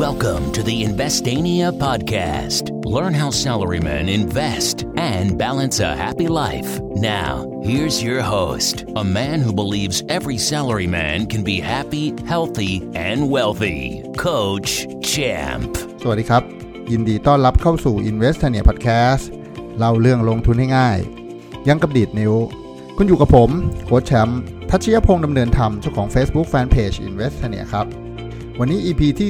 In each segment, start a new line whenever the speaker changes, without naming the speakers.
Welcome to the Investania podcast. Learn how salarymen invest and balance a happy life. Now, here's your host, a man who believes every salaryman can be happy, healthy, and wealthy, Coach Champ.
สวัสดีครับยินดีต้อนรับเข้าสู่ Investania podcast เล่าเรื่องลงทุนให้ง่ายยังกับดีดนิ้วคุณอยู่กับผมโค้ชแชมป์ทัชยพงษ์ดำเนินธรรมเจ้าของ Facebook Fanpage Investania ครับวันนี้ EP ที่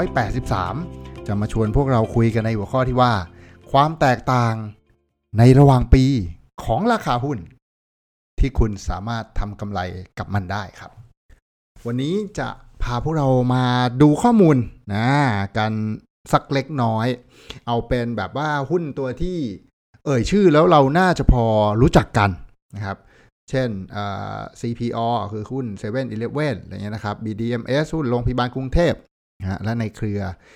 283จะมาชวนพวกเราคุยกันในหัวข้อที่ว่าความแตกต่างในระหว่างปีของราคาหุ้นที่คุณสามารถทำกำไรกับมันได้ครับวันนี้จะพาพวกเรามาดูข้อมูลกันสักเล็กน้อยเอาเป็นแบบว่าหุ้นตัวที่ชื่อแล้วเราน่าจะพอรู้จักกันนะครับเช่นCPO คือหุ้น 7-Eleven อะไรเงี้ยนะครับ BDMs หุ้นโรงพยาบาลกรุงเทพและในเครือ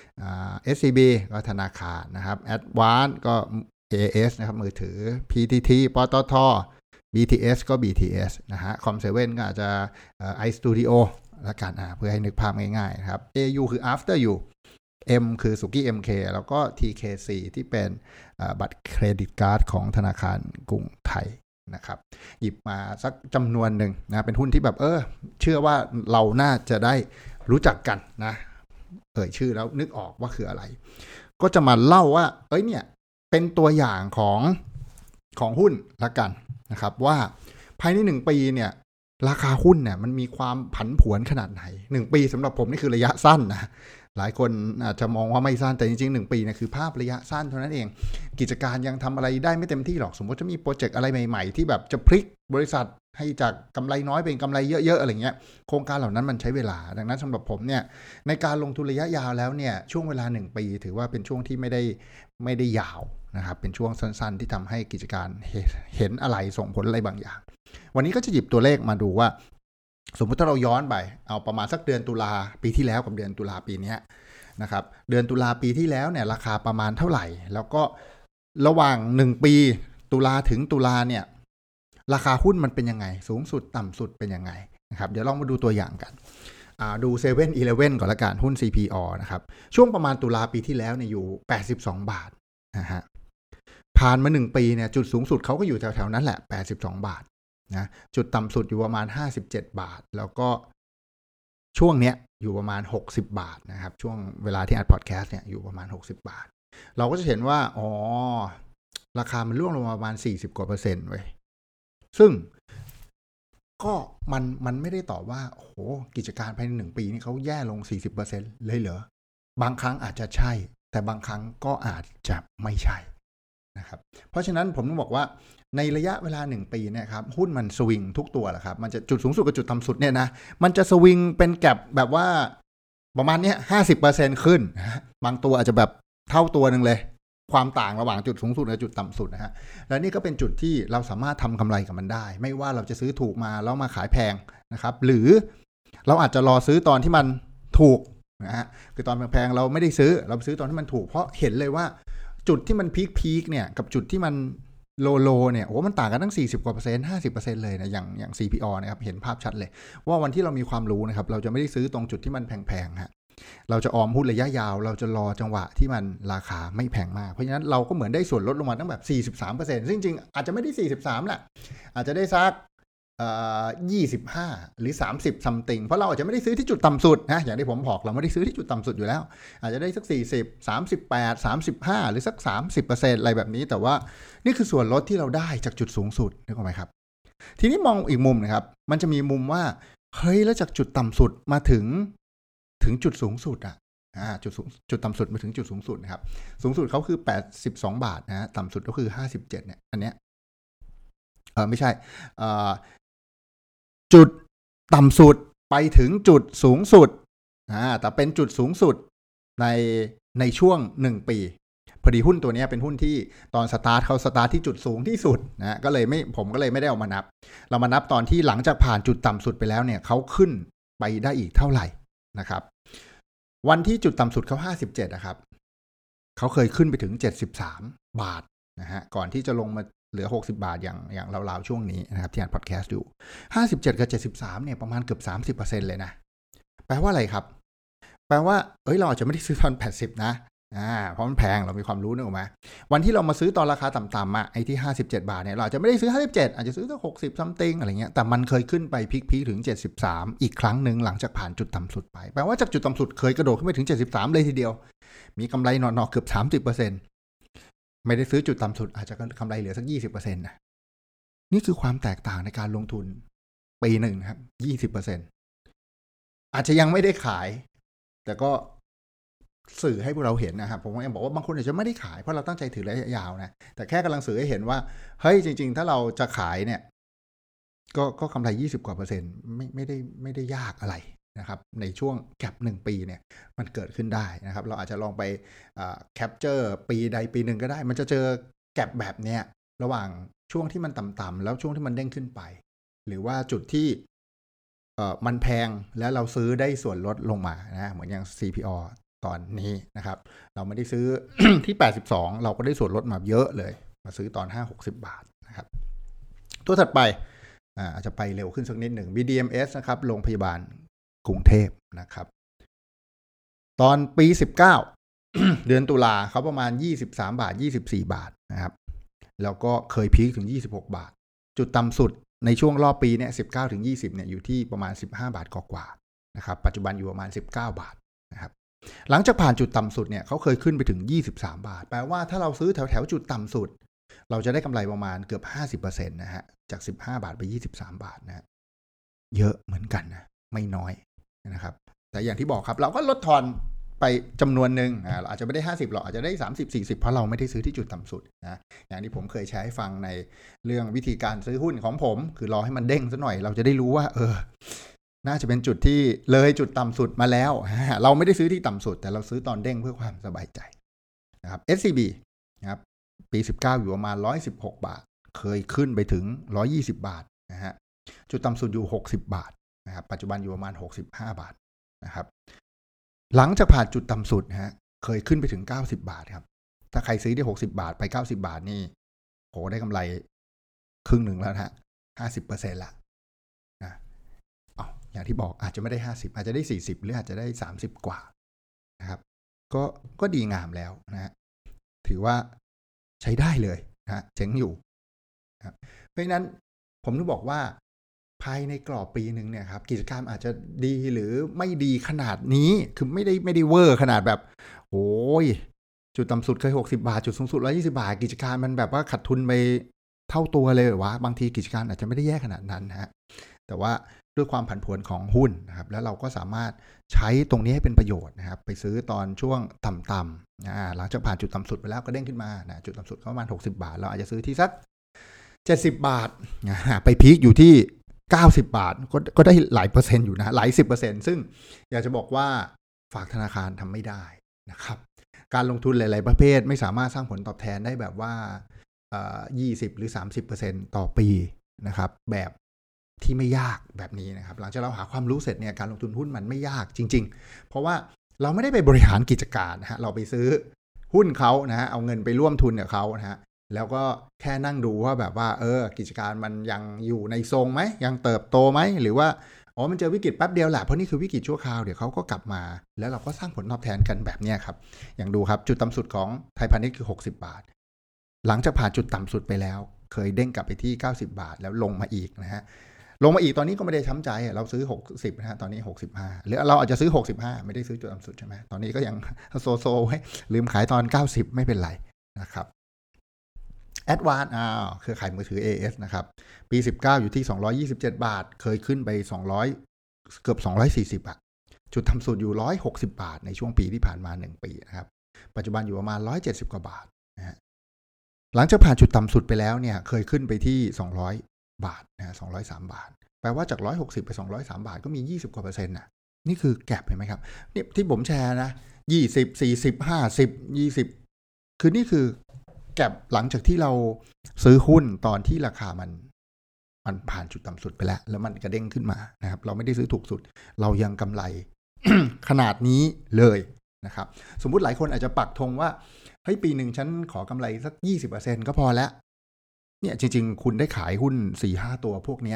SCB ก็ธนาคารนะครับ Advance ก็ AS นะครับมือถือ PTT ปตท BTS ก็ BTS นะฮะ Com7 ก็อาจจะiStudio ละกันเพื่อให้นึกภาพง่ายๆนะครับ AU คือ After You M คือสุกี้ MK แล้วก็ TKC ที่เป็นบัตรเครดิตการ์ดของธนาคารกรุงไทยนะครับหยิบมาสักจำนวนหนึ่งนะเป็นหุ้นที่แบบเชื่อว่าเราน่าจะได้รู้จักกันนะชื่อแล้วนึกออกว่าคืออะไรก็จะมาเล่าว่าเนี่ยเป็นตัวอย่างของหุ้นละกันนะครับว่าภายใน1ปีเนี่ยราคาหุ้นเนี่ยมันมีความผันผวนขนาดไหน1ปีสำหรับผมนี่คือระยะสั้นนะหลายคนอาจจะมองว่าไม่สั้นแต่จริงๆ1ปีเนี่ยคือภาพระยะสั้นเท่านั้นเองกิจการยังทำอะไรได้ไม่เต็มที่หรอกสมมติจะมีโปรเจกต์อะไรใหม่ๆที่แบบจะพลิกบริษัทให้จากกำไรน้อยเป็นกำไรเยอะๆอะไรเงี้ยโครงการเหล่านั้นมันใช้เวลาดังนั้นสำหรับผมเนี่ยในการลงทุนระยะยาวแล้วเนี่ยช่วงเวลา1ปีถือว่าเป็นช่วงที่ไม่ได้ยาวนะครับเป็นช่วงสั้นๆที่ทำให้กิจการเห็นอะไรส่งผลอะไรบางอย่างวันนี้ก็จะหยิบตัวเลขมาดูว่าสมมติถ้าเราย้อนไปเอาประมาณสักเดือนตุลาปีที่แล้วกับเดือนตุลาปีนี้นะครับเดือนตุลาปีที่แล้วเนี่ยราคาประมาณเท่าไหร่แล้วก็ระหว่าง1ปีตุลาถึงตุลาเนี่ยราคาหุ้นมันเป็นยังไงสูงสุดต่ำสุดเป็นยังไงนะครับเดี๋ยวลองมาดูตัวอย่างกันดู 7-Eleven ก่อนละกันหุ้น CPO นะครับช่วงประมาณตุลาปีที่แล้วเนี่ยอยู่82บาทนะฮะผ่านมา1ปีเนี่ยจุดสูงสุดเขาก็อยู่แถวๆนั้นแหละ82บาทนะจุดต่ำสุดอยู่ประมาณ57บาทแล้วก็ช่วงเนี้ยอยู่ประมาณ60บาทนะครับช่วงเวลาที่อัดพอดแคสต์เนี่ยอยู่ประมาณ60บาทเราก็จะเห็นว่าราคามันร่วงลงมาประมาณ40กว่า%เว้ยซึ่งก็มันไม่ได้ตอบว่าโอ้โหกิจการภายใน1ปีนี่เขาแย่ลง 40% เลยเหรอบางครั้งอาจจะใช่แต่บางครั้งก็อาจจะไม่ใช่นะครับเพราะฉะนั้นผมต้องบอกว่าในระยะเวลา1ปีเนี่ยครับหุ้นมันสวิงทุกตัวแหละครับมันจะจุดสูงสุดกับจุดต่ำสุดเนี่ยนะมันจะสวิงเป็นแก็ปแบบว่าประมาณเนี้ย 50% ขึ้นนะบางตัวอาจจะแบบเท่าตัวนึงเลยความต่างระหว่างจุดสูงสุดกับจุดต่ำสุดนะฮะและนี่ก็เป็นจุดที่เราสามารถทำกำไรกับมันได้ไม่ว่าเราจะซื้อถูกมาแล้วมาขายแพงนะครับหรือเราอาจจะรอซื้อตอนที่มันถูกนะฮะคือตอนแพงๆเราไม่ได้ซื้อเราซื้อตอนที่มันถูกเพราะเห็นเลยว่าจุดที่มันพีคเนี่ยกับจุดที่มันโลเนี่ยโอ้มันต่างกันตั้ง40กว่า%, 50% เลยนะอย่าง CPO นะครับเห็นภาพชัดเลยว่าวันที่เรามีความรู้นะครับเราจะไม่ได้ซื้อตรงจุดที่มันแพงๆฮะเราจะออมหุ้นระยะยาวเราจะรอจังหวะที่มันราคาไม่แพงมากเพราะฉะนั้นเราก็เหมือนได้ส่วนลดลงมาตั้งแบบ 43% ซึ่งจริงอาจจะไม่ได้43แหละอาจจะได้สัก25หรือ30 something เพราะเราอาจจะไม่ได้ซื้อที่จุดต่ำสุดนะอย่างที่ผมบอกเราไม่ได้ซื้อที่จุดต่ำสุดอยู่แล้วอาจจะได้สัก40 38 35หรือสัก 30% อะไรแบบนี้แต่ว่านี่คือส่วนลดที่เราได้จากจุดสูงสุดนึกออกไหมครับทีนี้มองอีกมุมนะครับมันจะมีมุมว่าเฮ้ยแล้วจากจุดต่ำสุดมาถึงจุดสูงสุดจุดต่ำสุดมาถึงจุดสูงสุดนะครับสูงสุดเขาคือ82บาทนะต่ำสุดก็คือ57เนี่ยอันเนี้ยไม่ใช่จุดต่ำสุดไปถึงจุดสูงสุดแต่เป็นจุดสูงสุดในช่วง1ปีพอดีหุ้นตัวนี้เป็นหุ้นที่ตอนสตาร์ทเขาสตาร์ทที่จุดสูงที่สุดนะก็เลยผมก็เลยไม่ได้เอามานับเรามานับตอนที่หลังจากผ่านจุดต่ำสุดไปแล้วเนี่ยเขาขึ้นไปได้อีกเท่าไหร่นะครับวันที่จุดต่ำสุดเขา57นะครับเขาเคยขึ้นไปถึง73บาทนะฮะก่อนที่จะลงมาเหลือ60บาทอย่างราวๆช่วงนี้นะครับที่อ่านพอดแคสต์อยู่57กับ73เนี่ยประมาณเกือบ 30% เลยนะแปลว่าอะไรครับแปลว่าเราอาจจะไม่ได้ซื้อตอน80นะเพราะมันแพงเรามีความรู้นึกออกไหมวันที่เรามาซื้อตอนราคาต่ำๆไอ้ที่57บาทเนี่ยเราอาจจะไม่ได้ซื้อ57อาจจะซื้อสัก60 something อะไรเงี้ยแต่มันเคยขึ้นไปพีคถึง73อีกครั้งนึงหลังจากผ่านจุดต่ำสุดไปแปลว่าจากจุดต่ำสุดเคยกระโดดขึ้นไปถึง73เลยทีเดียวมีกำไรนอนๆเกือบ 30% ไม่ได้ซื้อจุดต่ำสุดอาจจะกำไรเหลือสัก 20% นะนี่คือความแตกต่างในการลงทุนปีหนึ่งครับ 20% อาจจะยังไม่ได้ขายแต่ก็สื่อให้พวกเราเห็นนะครับผมยังบอกว่าบางคนอาจจะไม่ได้ขายเพราะเราตั้งใจถือระยะยาวนะแต่แค่กำลังสื่อให้เห็นว่าเฮ้ยจริงๆถ้าเราจะขายเนี่ยก็กำไร20 กว่า%ไม่ได้ยากอะไรนะครับในช่วงแก็บ1ปีเนี่ยมันเกิดขึ้นได้นะครับเราอาจจะลองไปแคปเจอร์ปีใดปีหนึ่งก็ได้มันจะเจอแก็บแบบเนี้ยระหว่างช่วงที่มันต่ำๆแล้วช่วงที่มันเด้งขึ้นไปหรือว่าจุดที่มันแพงแล้วเราซื้อได้ส่วนลดลงมานะเหมือนอย่าง CPO ตอนนี้นะครับเราไม่ได้ซื้อ ที่82เราก็ได้ส่วนลดมาเยอะเลยมาซื้อตอน 5-60 บาทนะครับตัวถัดไปอาจจะไปเร็วขึ้นสักนิดหนึ่ง BDMs นะครับโรงพยาบาลกรุงเทพนะครับตอนปี 19 เดือนตุลาเขาประมาณ23 บาท 24 บาทนะครับแล้วก็เคยพีคถึง26 บาทจุดต่ำสุดในช่วงรอบปีเนี่ย19ถึง20เนี่ยอยู่ที่ประมาณ15 บาทกว่าๆนะครับปัจจุบันอยู่ประมาณ19 บาทนะครับหลังจากผ่านจุดต่ำสุดเนี่ยเขาเคยขึ้นไปถึง23 บาทแปลว่าถ้าเราซื้อแถวจุดต่ำสุดเราจะได้กำไรประมาณเกือบ 50% นะฮะจาก15 บาทไป23 บาทนะเยอะเหมือนกันนะไม่น้อยนะครับแต่อย่างที่บอกครับเราก็ลดทอนไปจำนวนหนึ่งเราอาจจะไม่ได้50หรอกอาจจะได้30-40เพราะเราไม่ได้ซื้อที่จุดต่ำสุดนะอย่างที่ผมเคยใช้ให้ฟังในเรื่องวิธีการซื้อหุ้นของผมคือรอให้มันเด้งซะหน่อยเราจะได้รู้ว่าน่าจะเป็นจุดที่เลยจุดต่ำสุดมาแล้วเราไม่ได้ซื้อที่ต่ำสุดแต่เราซื้อตอนเด้งเพื่อความสบายใจนะครับ SCB นะครับปี19อยู่ประมาณ116 บาทเคยขึ้นไปถึง120 บาทนะฮะจุดต่ำสุดอยู่60 บาทนะครับปัจจุบันอยู่ประมาณ65 บาทนะครับหลังจากผ่านจุดต่ำสุดเคยขึ้นไปถึง90 บาทครับถ้าใครซื้อได้60 บาทไป90 บาทนี่โหได้กำไรครึ่งหนึ่งแล้วนะฮะ 50% ละนะอย่างที่บอกอาจจะไม่ได้50อาจจะได้40หรืออาจจะได้30กว่านะครับก็ดีงามแล้วนะฮะถือว่าใช้ได้เลยนะเจ๋งอยู่นะเพราะฉะนั้นผมต้องบอกว่าภายในกรอบปีนึงเนี่ยครับกิจการอาจจะดีหรือไม่ดีขนาดนี้คือไม่ได้เวอร์ขนาดแบบโอ้ยจุดต่ำสุดเคย60 บาทจุดสูงสุด120 บาทกิจการมันแบบว่าขาดทุนไปเท่าตัวเลยหรือวะบางทีกิจการอาจจะไม่ได้แย่ขนาดนั้นนะฮะแต่ว่าด้วยความผันผวนของหุ้นนะครับแล้วเราก็สามารถใช้ตรงนี้ให้เป็นประโยชน์นะครับไปซื้อตอนช่วงต่ำๆหลังจากผ่านจุดต่ำสุดไปแล้วก็เด้งขึ้นมานะจุดต่ำสุดประมาณ60 บาทเราอาจจะซื้อที่สัก70 บาทไปพีคอยู่ที่90 บาทก็ได้หลายเปอร์เซ็นต์อยู่นะหลาย10%ซึ่งอยากจะบอกว่าฝากธนาคารทำไม่ได้นะครับการลงทุนหลายๆประเภทไม่สามารถสร้างผลตอบแทนได้แบบว่า20 หรือ 30% ต่อปีนะครับแบบที่ไม่ยากแบบนี้นะครับหลังจากเราหาความรู้เสร็จเนี่ยการลงทุนหุ้นมันไม่ยากจริงๆเพราะว่าเราไม่ได้ไปบริหารกิจการนะฮะเราไปซื้อหุ้นเขานะฮะเอาเงินไปร่วมทุนกับเขานะฮะแล้วก็แค่นั่งดูว่าแบบว่ากิจการมันยังอยู่ในทรงไหมยังเติบโตไหมหรือว่ามันเจอวิกฤตแป๊บเดียวแหละเพราะนี่คือวิกฤตชั่วคราวเดี๋ยวเขาก็กลับมาแล้วเราก็สร้างผลตอบแทนกันแบบนี้ครับอย่างดูครับจุดต่ำสุดของไทยพาณิชย์คือ60 บาทหลังจากผ่านจุดต่ำสุดไปแล้วเคยเด้งกลับไปที่90 บาทแล้วลงมาอีกนะฮะลงมาอีกตอนนี้ก็ไม่ได้ช้ำใจเราซื้อ60นะฮะตอนนี้65หรือเราอาจจะซื้อ65ไม่ได้ซื้อจุดต่ำสุดใช่ไหมตอนนี้ก็ยังโซไว้ลืมขายตอน90ไม่เป็นไรนะครับAdvance เครือข่ายมือถือ AS นะครับปี19อยู่ที่227 บาทเคยขึ้นไป200เกือบ240จุดต่ำสุดอยู่160 บาทในช่วงปีที่ผ่านมา1ปีนะครับปัจจุบันอยู่ประมาณ170 กว่าบาทนะฮะหลังจากผ่านจุดต่ำสุดไปแล้วเนี่ยเคยขึ้นไปที่200 บาทนะ203 บาทแปลว่าจาก160ไป203 บาทก็มี20 กว่าเปอร์เซ็นต์นะนี่คือแก็บเห็นไหมครับนี่ที่ผมแชร์นะ20 40 50 20คือนี่คือแก็บหลังจากที่เราซื้อหุ้นตอนที่ราคามันผ่านจุดต่ำสุดไปแล้วมันกระเด้งขึ้นมานะครับเราไม่ได้ซื้อถูกสุดเรายังกำไร ขนาดนี้เลยนะครับสมมุติหลายคนอาจจะปักธงว่าเฮ้ยปีหนึ่งฉันขอกำไรสัก 20% ก็พอแล้วเนี่ยจริงๆคุณได้ขายหุ้น 4-5 ตัวพวกเนี้ย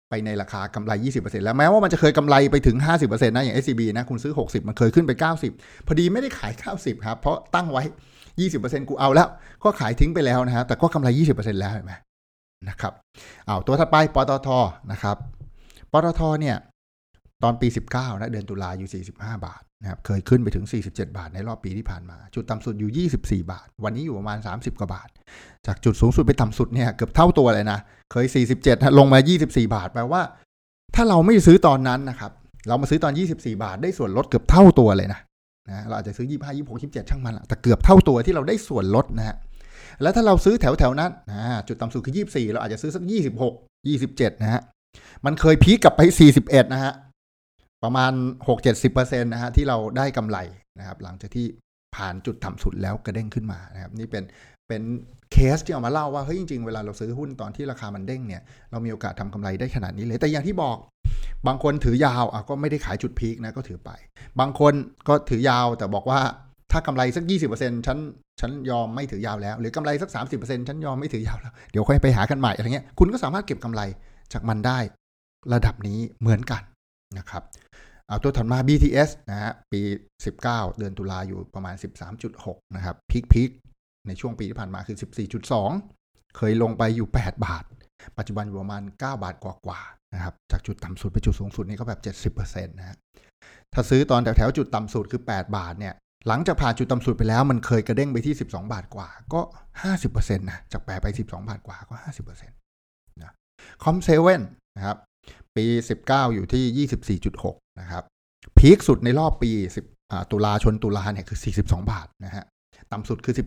ไปในราคากำไร 20% แล้วแม้ว่ามันจะเคยกำไรไปถึง 50% นะอย่าง SCB นะคุณซื้อ60มันเคยขึ้นไป90พอดีไม่ได้ขาย90ครับเพราะตั้งไว้ 20% กูเอาแล้วก็ขายทิ้งไปแล้วนะฮะแต่ก็กำไร 20% แล้วเห็นไหมนะครับตัวถัดไปปตทนะครับปตทเนี่ยตอนปี19นะเดือนตุลาอยู่45 บาทนะครับเคยขึ้นไปถึง47 บาทในรอบปีที่ผ่านมาจุดต่ำสุดอยู่24 บาทวันนี้อยู่ประมาณ30 กว่าบาทจากจุดสูงสุดไปต่ำสุดเนี่ยเกือบเท่าตัวเลยนะเคย47ลงมา24 บาทแปลว่าถ้าเราไม่ซื้อตอนนั้นนะครับเรามาซื้อตอน24 บาทได้ส่วนลดเกือบเท่าตัวเลยนะเราอาจจะซื้อ25 26 27ช่างมันละแต่เกือบเท่าตัวที่เราได้ส่วนลดนะฮะแล้วถ้าเราซื้อแถวๆนั้นจุดต่ำสุดคือ24เราอาจจะซื้อสัก26 27นะฮะมันเคยพีคกลับไป41นะฮะประมาณ 6-70% นะฮะที่เราได้กำไรนะครับหลังจากที่ผ่านจุดต่ำสุดแล้วกระเด้งขึ้นมานะครับนี่เป็นเคสที่เอามาเล่าว่าเฮ้ยจริงๆเวลาเราซื้อหุ้นตอนที่ราคามันเด้งเนี่ยเรามีโอกาสทำกำไรได้ขนาดนี้เลยแต่อย่างที่บอกบางคนถือยาวก็ไม่ได้ขายจุดพีคนะก็ถือไปบางคนก็ถือยาวแต่บอกว่าถ้ากำไรสัก 20% ฉันยอมไม่ถือยาวแล้วหรือกำไรสัก 30% ฉันยอมไม่ถือยาวแล้วเดี๋ยวค่อยไปหากันใหม่อะไรเงี้ยคุณก็สามารถเก็บกำไรจากมันได้ระดับนี้เหมือนกันนะครับตัวถัดมา BTS นะฮะปี19เดือนตุลาอยู่ประมาณ 13.6 นะครับพีคในช่วงปีที่ผ่านมาคือ 14.2 เคยลงไปอยู่8 บาทปัจจุบันอยู่ประมาณ9 บาทกว่าๆนะครับจากจุดต่ำสุดไปจุดสูงสุดนี่ก็แบบ 70% นะฮะถ้าซื้อตอนแถวๆจุดต่ำสุดคือ8 บาทเนี่ยหลังจากผ่านจุดต่ำสุดไปแล้วมันเคยกระเด้งไปที่12 บาทกว่าก็ 50% นะจาก8ไป12 บาทกว่าก็ 50% นะคอมเซเว่นนะครับปี19อยู่ที่ 24.6 นะครับพีคสุดในรอบปีตุลาชนตุลาเนี่ยคือ42 บาทนะฮะต่ำสุดคือ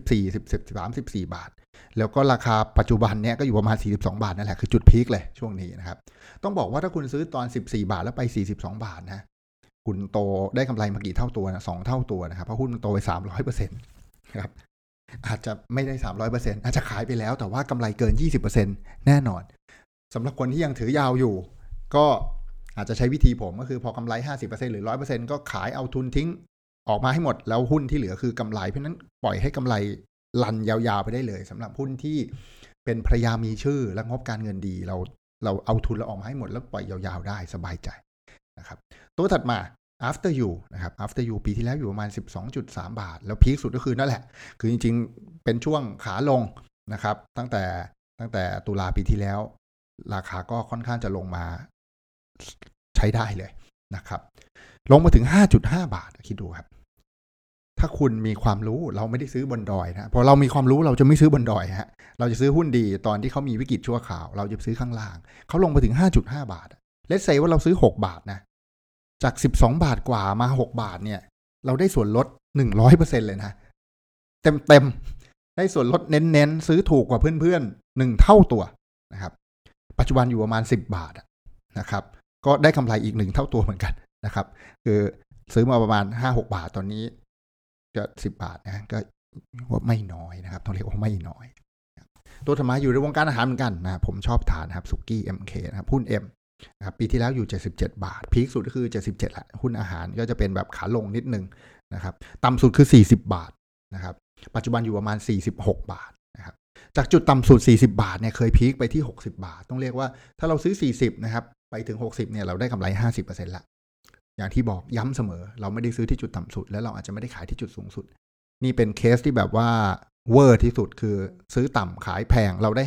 14 บาทแล้วก็ราคาปัจจุบันเนี่ยก็อยู่ประมาณ42 บาทนั่นแหละคือจุดพีคเลยช่วงนี้นะครับต้องบอกว่าถ้าคุณซื้อตอน14 บาทแล้วไป42 บาทนะคุณโตได้กำไรมากี่เท่าตัวนะ2 เท่าตัวนะครับเพราะหุ้นมันโตไป 300% นะครับอาจจะไม่ได้ 300% อาจจะขายไปแล้วแต่ว่ากำไรเกิน 20% แน่นอนสำหรับคนที่ยังถือยาวอยู่ก็อาจจะใช้วิธีผมก็คือพอกำไร 50% หรือ 100% ก็ขายเอาทุนทิ้งออกมาให้หมดแล้วหุ้นที่เหลือคือกำไรเพราะนั้นปล่อยให้กำไรรันยาวๆไปได้เลยสำหรับหุ้นที่เป็นภรรยามีชื่อและงบการเงินดีเราเอาทุนเราออกมาให้หมดแล้วปล่อยยาวๆได้สบายใจนะครับตัวถัดมา After You นะครับ After You ปีที่แล้วอยู่ประมาณ 12.3 บาทแล้วพีคสุดก็คือนั่นแหละคือจริงๆเป็นช่วงขาลงนะครับตั้งแต่ตุลาปีที่แล้วราคาก็ค่อนข้างจะลงมาใช้ได้เลยนะครับลงมาถึง 5.5 บาทคิดดูครับถ้าคุณมีความรู้เราไม่ได้ซื้อบนดอยนะพอเรามีความรู้เราจะไม่ซื้อบนดอยฮะเราจะซื้อหุ้นดีตอนที่เขามีวิกฤตชั่วคราวเราจะซื้อข้างล่างเขาลงไปถึง 5.5 บาทเลทเซว่าเราซื้อ6 บาทนะจาก12 บาทกว่ามา6 บาทเนี่ยเราได้ส่วนลด 100% เลยนะเต็มได้ส่วนลดเน้นๆซื้อถูกกว่าเพื่อนๆ1 เท่าตัวนะครับปัจจุบันอยู่ประมาณ10 บาทนะครับก็ได้กำไรอีก1 เท่าตัวเหมือนกันนะครับคือซื้อมาประมาณ 5-6 บาทตอนนี้ก็10 บาทนะก็ว่าไม่น้อยนะครับต้องเรียกว่าไม่น้อยตัวถัดมาอยู่ในวงการอาหารเหมือนกันนะผมชอบทานนะครับสุกี้ MK นะครับหุ้น M นะครับปีที่แล้วอยู่77 บาทพีคสุดก็คือ77ละหุ้นอาหารก็จะเป็นแบบขาลงนิดนึงนะครับต่ำสุดคือ40 บาทนะครับปัจจุบันอยู่ประมาณ46 บาทนะครับจากจุดต่ำสุด40 บาทเนี่ยเคยพีคไปที่60 บาทต้องเรียกว่าถ้าเราซื้อ40นะครับไปถึง60เนี่ยเราได้กำไร 50% ละอย่างที่บอกย้ำเสมอเราไม่ได้ซื้อที่จุดต่ำสุดแล้วเราอาจจะไม่ได้ขายที่จุดสูงสุดนี่เป็นเคสที่แบบว่าเวอร์ที่สุดคือซื้อต่ำขายแพงเราได้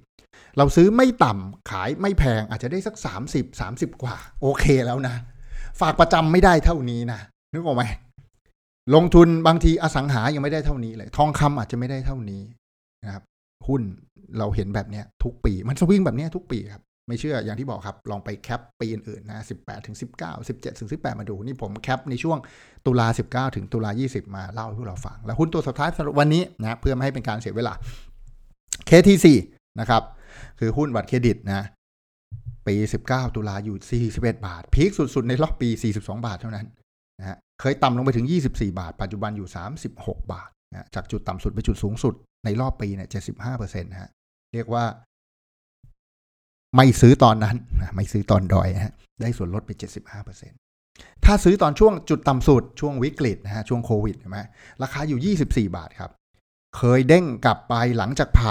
50เราซื้อไม่ต่ำขายไม่แพงอาจจะได้สัก30กว่าโอเคแล้วนะฝากประจำไม่ได้เท่านี้นะนึกออกไหมลงทุนบางทีอสังหายังไม่ได้เท่านี้เลยทองคำอาจจะไม่ได้เท่านี้นะครับหุ้นเราเห็นแบบนี้ทุกปีมันสวิงแบบนี้ทุกปีครับไม่เชื่ออย่างที่บอกครับลองไปแคปปีอื่นๆนะ18ถึง19 17ถึง18มาดูนี่ผมแคปในช่วงตุลา19ถึงตุลา20มาเล่าให้พวกเราฟังแล้วหุ้นตัวสุดท้ายสำหรับวันนี้นะเพื่อไม่ให้เป็นการเสียเวลา KTC นะครับคือหุ้นบัตรเครดิตนะปี19ตุลาอยู่41 บาทพีคสุดๆในรอบปี42 บาทเท่านั้นนะฮะเคยต่ำลงไปถึง24 บาทปัจจุบันอยู่36 บาทนะจากจุดต่ำสุดไปจุดสูงสุดในรอบปีเนี่ย 75% นะฮะเรียกว่าไม่ซื้อตอนนั้นไม่ซื้อตอนดอยนะฮะได้ส่วนลดไป 75% ถ้าซื้อตอนช่วงจุดต่ำสุดช่วงวิกฤตนะฮะช่วงโควิดใช่ไหมราคาอยู่24 บาทครับเคยเด้งกลับไปหลังจากผ่าน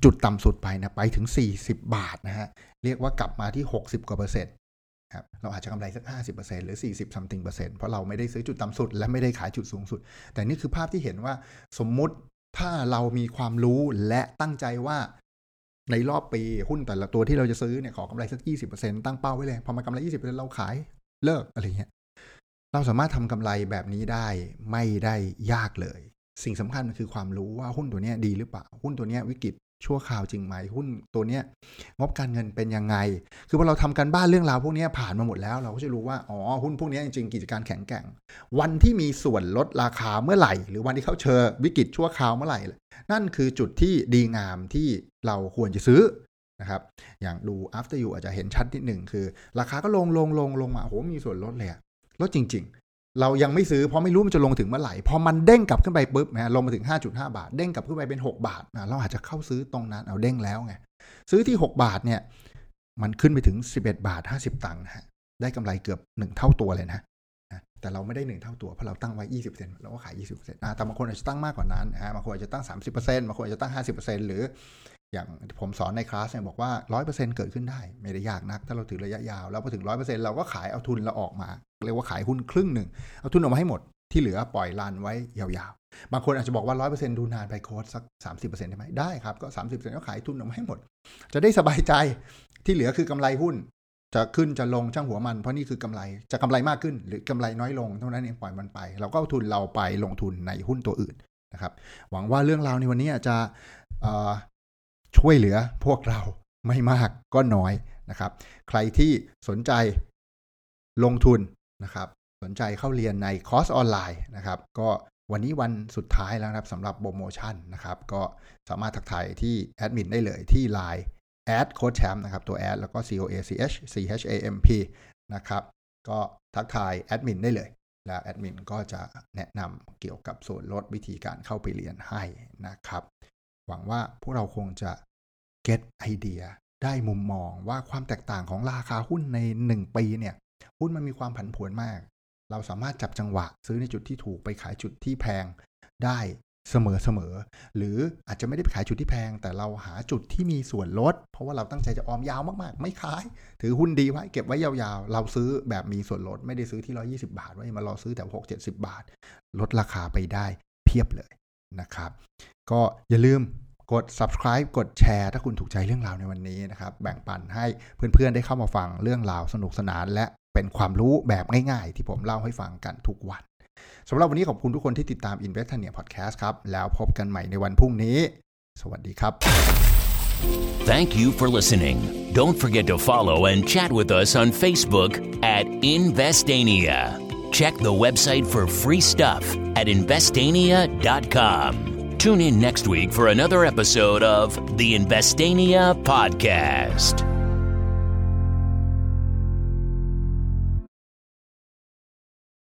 จุดต่ำสุดไปนะไปถึง40บาทนะฮะเรียกว่ากลับมาที่60กว่าเปอร์เซ็นต์ครับเราอาจจะกำไรสัก 50% หรือ40 something% เพราะเราไม่ได้ซื้อจุดต่ำสุดและไม่ได้ขายจุดสูงสุดแต่นี่คือภาพที่เห็นว่าสมมุติถ้าเรามีความรู้และตั้งใจว่าในรอบปีหุ้นแต่ละตัวที่เราจะซื้อเนี่ยขอกำไรสัก 20% ตั้งเป้าไว้เลยพอมากำไร 20% เราขายเลิกอะไรเงี้ยเราสามารถทำกำไรแบบนี้ได้ไม่ได้ยากเลยสิ่งสำคัญคือความรู้ว่าหุ้นตัวนี้ดีหรือเปล่าหุ้นตัวนี้วิกฤตชั่วคราวจริงไหมหุ้นตัวนี้งบการเงินเป็นยังไงคือพอเราทำกันบ้านเรื่องราวพวกนี้ผ่านมาหมดแล้วเราก็จะรู้ว่าอ๋อหุ้นพวกนี้จริงๆกิจการแข็งแกร่งวันที่มีส่วนลดราคาเมื่อไหร่หรือวันที่เขาเจอวิกฤตชั่วคราวเมื่อไหร่นั่นคือจุดที่ดีงามที่เราควรจะซื้อนะครับอย่างดู after you อาจจะเห็นชัดนิดหนึ่งคือราคาก็ลงมาโอ้โหมีส่วนลดเลยลดจริงๆเรายังไม่ซื้อเพราะไม่รู้มันจะลงถึงเมื่อไหร่พอมันเด้งกลับขึ้นไปปุ๊บนะลงมาถึง 5.5 บาทเด้งกลับขึ้นไปเป็น6บาทนะเราอาจจะเข้าซื้อตรงนั้นเอาเด้งแล้วไงซื้อที่6บาทเนี่ยมันขึ้นไปถึง11บาท50ตังค์นะฮะได้กำไรเกือบ1เท่าตัวเลยนะแต่เราไม่ได้1เท่าตัวเพราะเราตั้งไว้ 20% เราก็ขาย 20% แต่บางคนอาจจะตั้งมากกว่านั้นบางคนอาจจะตั้ง 30% บางคนอาจจะตั้ง 50% หรืออย่างผมสอนในคลาสเนี่ยบอกว่า 100% เกิดขึ้นได้ไม่ได้ยากนักถ้าเราถือระยะยาวแล้วพอถึง 100% เราก็ขายเอาทุนเราออกมาเรียกว่าขายหุ้นครึ่งหนึ่งเอาทุนออกมาให้หมดที่เหลือปล่อยรันไว้ยาวๆบางคนอาจจะบอกว่า 100% ดูนานไปโค้ดสัก 30% ได้ไหมได้ครับก็ 30% ก็ขายทุนออกมาให้หมดจะได้สบายใจที่เหลือคือกำไรหุ้นจะขึ้นจะลงช่างหัวมันเพราะนี่คือกำไรจะกำไรมากขึ้นหรือกำไรน้อยลงเท่านั้นเองปล่อยมันไปเราก็เอาทุนเราไปลงทุนในหุ้นตัวอื่นนะครับหวังว่าเรื่องราวในวันนี้จะช่วยเหลือพวกเราไม่มากก็น้อยนะครับใครที่สนใจลงทุนนะครับสนใจเข้าเรียนในคอร์สออนไลน์นะครับก็วันนี้วันสุดท้ายแล้วนะครับสำหรับโปรโมชั่นนะครับก็สามารถทักทายที่แอดมินได้เลยที่ LINE แอดโค้ชแชมป์นะครับตัวแอดแล้วก็ COACHCHAMP นะครับก็ทักทายแอดมินได้เลยแล้วแอดมินก็จะแนะนำเกี่ยวกับส่วนลดวิธีการเข้าไปเรียนให้นะครับหวังว่าพวกเราคงจะ get ไอเดียได้มุมมองว่าความแตกต่างของราคาหุ้นใน1ปีเนี่ยหุ้นมันมีความผันผวนมากเราสามารถจับจังหวะซื้อในจุดที่ถูกไปขายจุดที่แพงได้เสมอหรืออาจจะไม่ได้ไปขายจุดที่แพงแต่เราหาจุดที่มีส่วนลดเพราะว่าเราตั้งใจจะออมยาวมากๆไม่ขายถือหุ้นดีไว้เก็บไว้ยาวๆเราซื้อแบบมีส่วนลดไม่ได้ซื้อที่120บาทไว้มารอซื้อแต่60-70 บาทลดราคาไปได้เพียบเลยนะครับก็อย่าลืมกด subscribe กดแชร์ถ้าคุณถูกใจเรื่องราวในวันนี้นะครับแบ่งปันให้เพื่อนๆได้เข้ามาฟังเรื่องราวสนุกสนานและเป็นความรู้แบบง่ายๆที่ผมเล่าให้ฟังกันทุกวันสำหรับวันนี้ขอบคุณทุกคนที่ติดตาม Investonia Podcast ครับแล้วพบกันใหม่ในวันพรุ่งนี้สวัสดีครับ
Thank you for listening. Don't forget to follow and chat with us on Facebook at Investania. Check the website for free stuff at investania.com. Tune in next week for another episode of the Investania Podcast.